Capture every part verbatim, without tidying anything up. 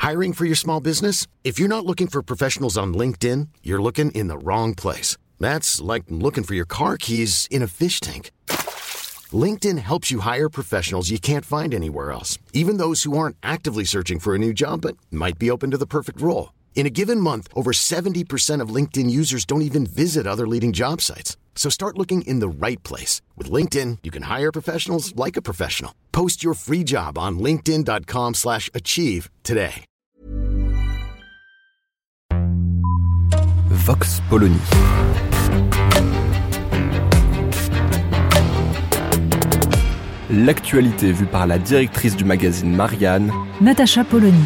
Hiring for your small business? If you're not looking for professionals on LinkedIn, you're looking in the wrong place. That's like looking for your car keys in a fish tank. LinkedIn helps you hire professionals you can't find anywhere else, even those who aren't actively searching for a new job but might be open to the perfect role. In a given month, over seventy percent of LinkedIn users don't even visit other leading job sites. So start looking in the right place. With LinkedIn, you can hire professionals like a professional. Post your free job on linkedin dot com slash achieve today. Vox Polony. L'actualité vue par la directrice du magazine Marianne, Natacha Polony.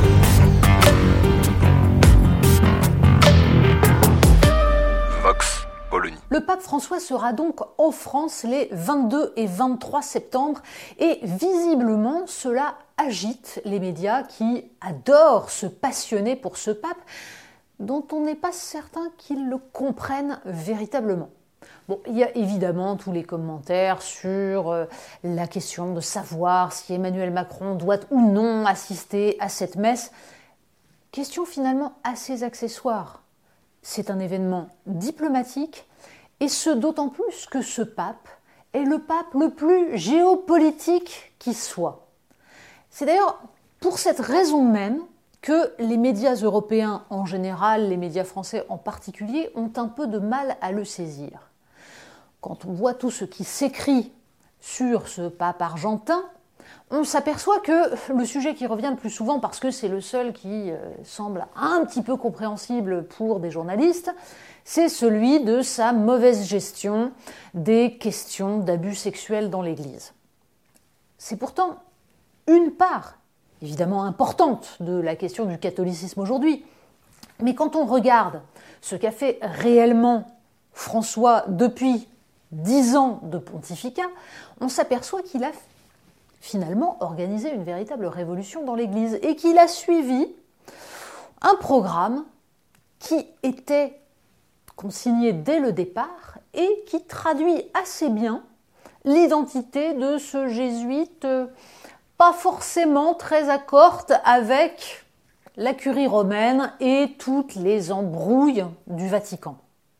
Vox Polony. Le pape François sera donc en France les vingt-deux et vingt-trois septembre et visiblement cela agite les médias qui adorent se passionner pour ce pape dont on n'est pas certain qu'ils le comprennent véritablement. Bon, il y a évidemment tous les commentaires sur euh, la question de savoir si Emmanuel Macron doit ou non assister à cette messe. Question finalement assez accessoire. C'est un événement diplomatique et ce d'autant plus que ce pape est le pape le plus géopolitique qui soit. C'est d'ailleurs pour cette raison même que les médias européens en général, les médias français en particulier, ont un peu de mal à le saisir. Quand on voit tout ce qui s'écrit sur ce pape argentin, on s'aperçoit que le sujet qui revient le plus souvent, parce que c'est le seul qui euh, semble un petit peu compréhensible pour des journalistes, c'est celui de sa mauvaise gestion des questions d'abus sexuels dans l'Église. C'est pourtant une part, évidemment importante, de la question du catholicisme aujourd'hui. Mais quand on regarde ce qu'a fait réellement François depuis dix ans de pontificat, on s'aperçoit qu'il a finalement organisé une véritable révolution dans l'Église et qu'il a suivi un programme qui était consigné dès le départ et qui traduit assez bien l'identité de ce jésuite pas forcément très accorde avec la curie romaine et toutes les embrouilles du Vatican.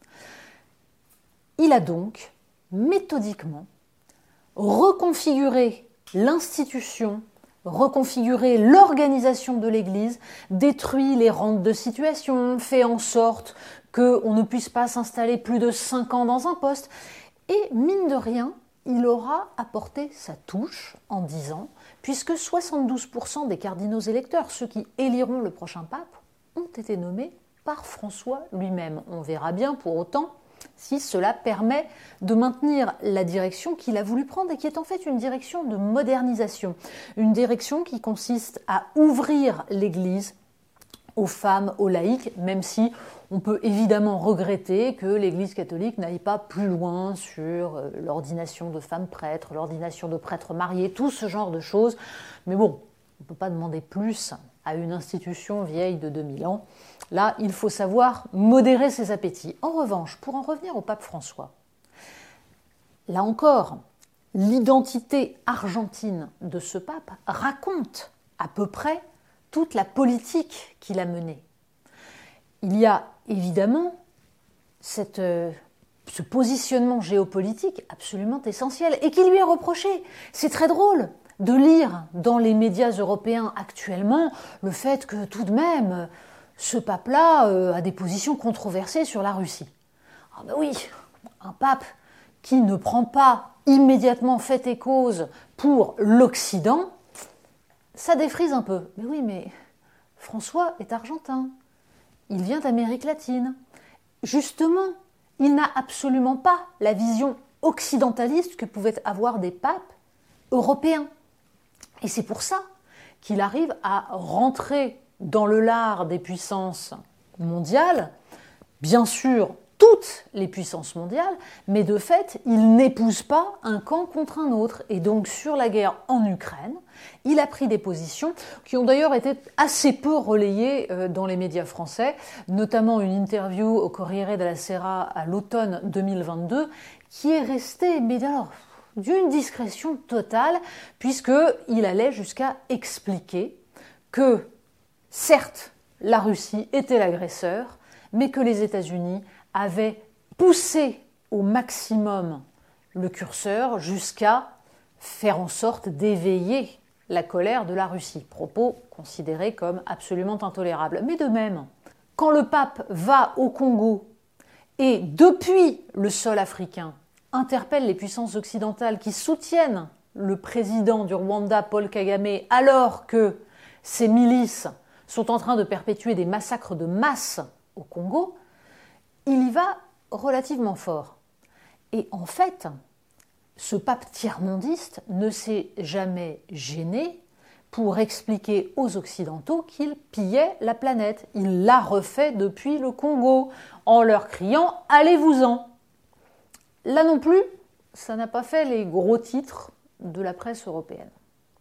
Il a donc méthodiquement reconfiguré l'institution, reconfiguré l'organisation de l'Église, détruit les rentes de situation, fait en sorte qu'on ne puisse pas s'installer plus de cinq ans dans un poste. Et mine de rien, il aura apporté sa touche en dix ans, puisque soixante-douze pour cent des cardinaux électeurs, ceux qui éliront le prochain pape, ont été nommés par François lui-même. On verra bien pour autant si cela permet de maintenir la direction qu'il a voulu prendre et qui est en fait une direction de modernisation, une direction qui consiste à ouvrir l'Église aux femmes, aux laïcs, même si on peut évidemment regretter que l'Église catholique n'aille pas plus loin sur l'ordination de femmes prêtres, l'ordination de prêtres mariés, tout ce genre de choses. Mais bon, on ne peut pas demander plus à une institution vieille de deux mille ans. Là, il faut savoir modérer ses appétits. En revanche, pour en revenir au pape François, là encore, l'identité argentine de ce pape raconte à peu près toute la politique qu'il a menée. Il y a évidemment cette, euh, ce positionnement géopolitique absolument essentiel et qui lui est reproché. C'est très drôle de lire dans les médias européens actuellement le fait que tout de même, ce pape-là euh, a des positions controversées sur la Russie. Ah ben oui, un pape qui ne prend pas immédiatement fait et cause pour l'Occident, ça défrise un peu. Mais oui, mais François est argentin. Il vient d'Amérique latine. Justement, il n'a absolument pas la vision occidentaliste que pouvaient avoir des papes européens. Et c'est pour ça qu'il arrive à rentrer dans le lard des puissances mondiales, bien sûr toutes les puissances mondiales, mais de fait, il n'épouse pas un camp contre un autre. Et donc, sur la guerre en Ukraine, il a pris des positions qui ont d'ailleurs été assez peu relayées dans les médias français, notamment une interview au Corriere della Sera à l'automne deux mille vingt-deux, qui est restée, mais alors, d'une discrétion totale, puisqu'il allait jusqu'à expliquer que certes, la Russie était l'agresseur, mais que les États-Unis avaient poussé au maximum le curseur jusqu'à faire en sorte d'éveiller la colère de la Russie, propos considérés comme absolument intolérables. Mais de même, quand le pape va au Congo et, depuis le sol africain, interpelle les puissances occidentales qui soutiennent le président du Rwanda, Paul Kagame, alors que ces milices sont en train de perpétuer des massacres de masse au Congo, il y va relativement fort. Et en fait, ce pape tiers-mondiste ne s'est jamais gêné pour expliquer aux Occidentaux qu'il pillait la planète. Il l'a refait depuis le Congo, en leur criant « Allez-vous-en ». Là non plus, ça n'a pas fait les gros titres de la presse européenne.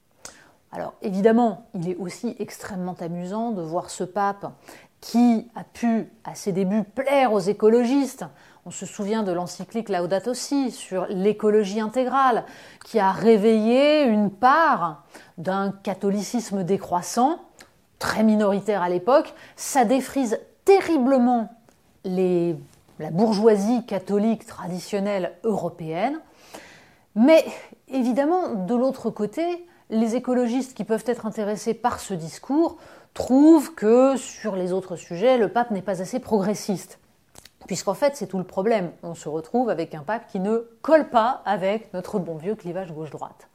Alors évidemment, il est aussi extrêmement amusant de voir ce pape qui a pu, à ses débuts, plaire aux écologistes. On se souvient de l'encyclique Laudato Si sur l'écologie intégrale, qui a réveillé une part d'un catholicisme décroissant, très minoritaire à l'époque. Ça défrise terriblement les, la bourgeoisie catholique traditionnelle européenne. Mais évidemment, de l'autre côté, les écologistes qui peuvent être intéressés par ce discours trouvent que sur les autres sujets, le pape n'est pas assez progressiste. Puisqu'en fait, c'est tout le problème. On se retrouve avec un pape qui ne colle pas avec notre bon vieux clivage gauche-droite.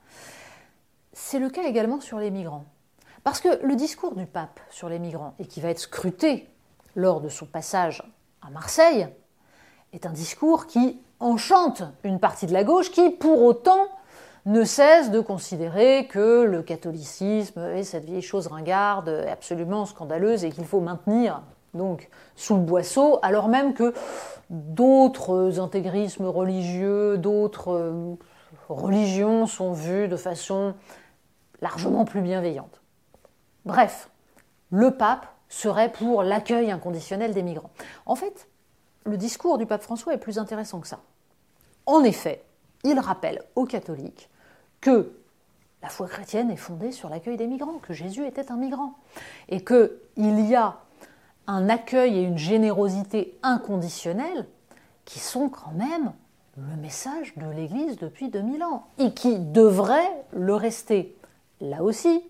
C'est le cas également sur les migrants. Parce que le discours du pape sur les migrants, et qui va être scruté lors de son passage à Marseille, est un discours qui enchante une partie de la gauche qui, pour autant, ne cesse de considérer que le catholicisme est cette vieille chose ringarde, absolument scandaleuse et qu'il faut maintenir donc sous le boisseau, alors même que d'autres intégrismes religieux, d'autres religions sont vues de façon largement plus bienveillante. Bref, le pape serait pour l'accueil inconditionnel des migrants. En fait, le discours du pape François est plus intéressant que ça. En effet, il rappelle aux catholiques que la foi chrétienne est fondée sur l'accueil des migrants, que Jésus était un migrant, et qu'il y a un accueil et une générosité inconditionnelle qui sont quand même le message de l'Église depuis deux mille ans, et qui devraient le rester. Là aussi,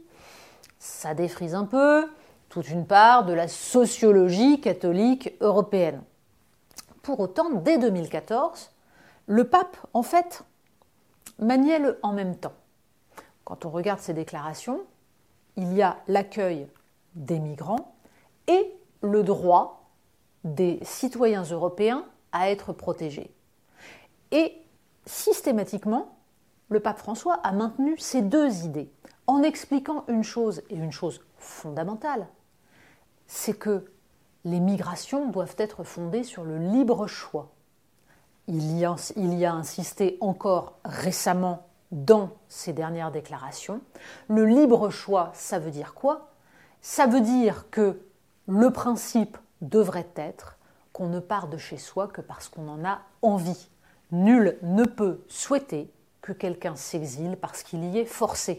ça défrise un peu toute une part de la sociologie catholique européenne. Pour autant, dès deux mille quatorze, le pape, en fait, maniait le en même temps. Quand on regarde ses déclarations, il y a l'accueil des migrants et le droit des citoyens européens à être protégés. Et systématiquement, le pape François a maintenu ces deux idées en expliquant une chose, et une chose fondamentale, c'est que les migrations doivent être fondées sur le libre choix. Il y a, il y a insisté encore récemment dans ses dernières déclarations. Le libre choix, ça veut dire quoi ? Ça veut dire que le principe devrait être qu'on ne part de chez soi que parce qu'on en a envie. Nul ne peut souhaiter que quelqu'un s'exile parce qu'il y est forcé.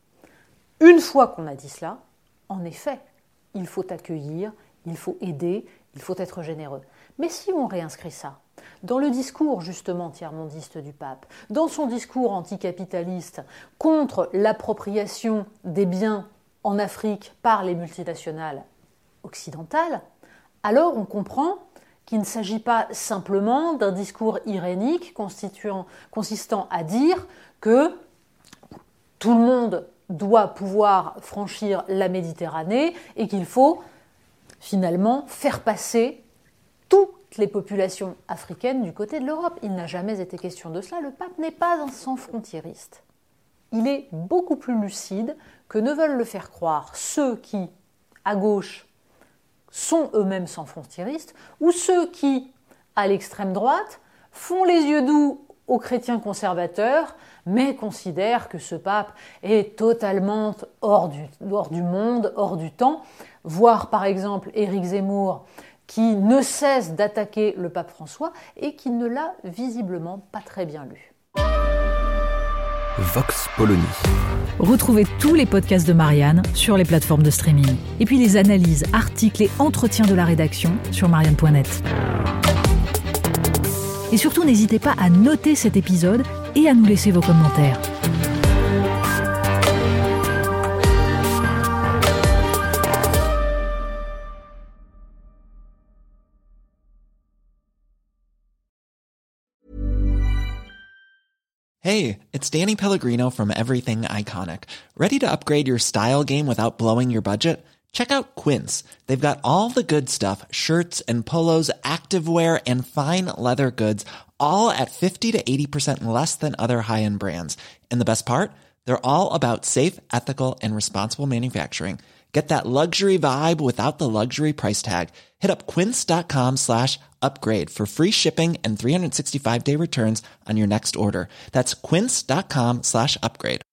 Une fois qu'on a dit cela, en effet, il faut accueillir, il faut aider, il faut être généreux. Mais si on réinscrit ça dans le discours justement tiers-mondiste du pape, dans son discours anticapitaliste contre l'appropriation des biens en Afrique par les multinationales occidentales, alors on comprend qu'il ne s'agit pas simplement d'un discours irénique consistant à dire que tout le monde doit pouvoir franchir la Méditerranée et qu'il faut finalement faire passer toutes les populations africaines du côté de l'Europe. Il n'a jamais été question de cela. Le pape n'est pas un sans-frontiériste. Il est beaucoup plus lucide que ne veulent le faire croire ceux qui, à gauche, sont eux-mêmes sans-frontiéristes, ou ceux qui, à l'extrême droite, font les yeux doux aux chrétiens conservateurs, mais considèrent que ce pape est totalement hors du, hors du monde, hors du temps, voire par exemple Éric Zemmour, qui ne cesse d'attaquer le pape François et qui ne l'a visiblement pas très bien lu. Vox Polony. Retrouvez tous les podcasts de Marianne sur les plateformes de streaming. Et puis les analyses, articles et entretiens de la rédaction sur marianne point net. Et surtout, n'hésitez pas à noter cet épisode et à nous laisser vos commentaires. Hey, it's Danny Pellegrino from Everything Iconic. Ready to upgrade your style game without blowing your budget? Check out Quince. They've got all the good stuff, shirts and polos, activewear, and fine leather goods, all at fifty to eighty percent less than other high-end brands. And the best part? They're all about safe, ethical, and responsible manufacturing. Get that luxury vibe without the luxury price tag. Hit up quince.com slash upgrade for free shipping and three sixty-five day returns on your next order. That's quince.com slash upgrade.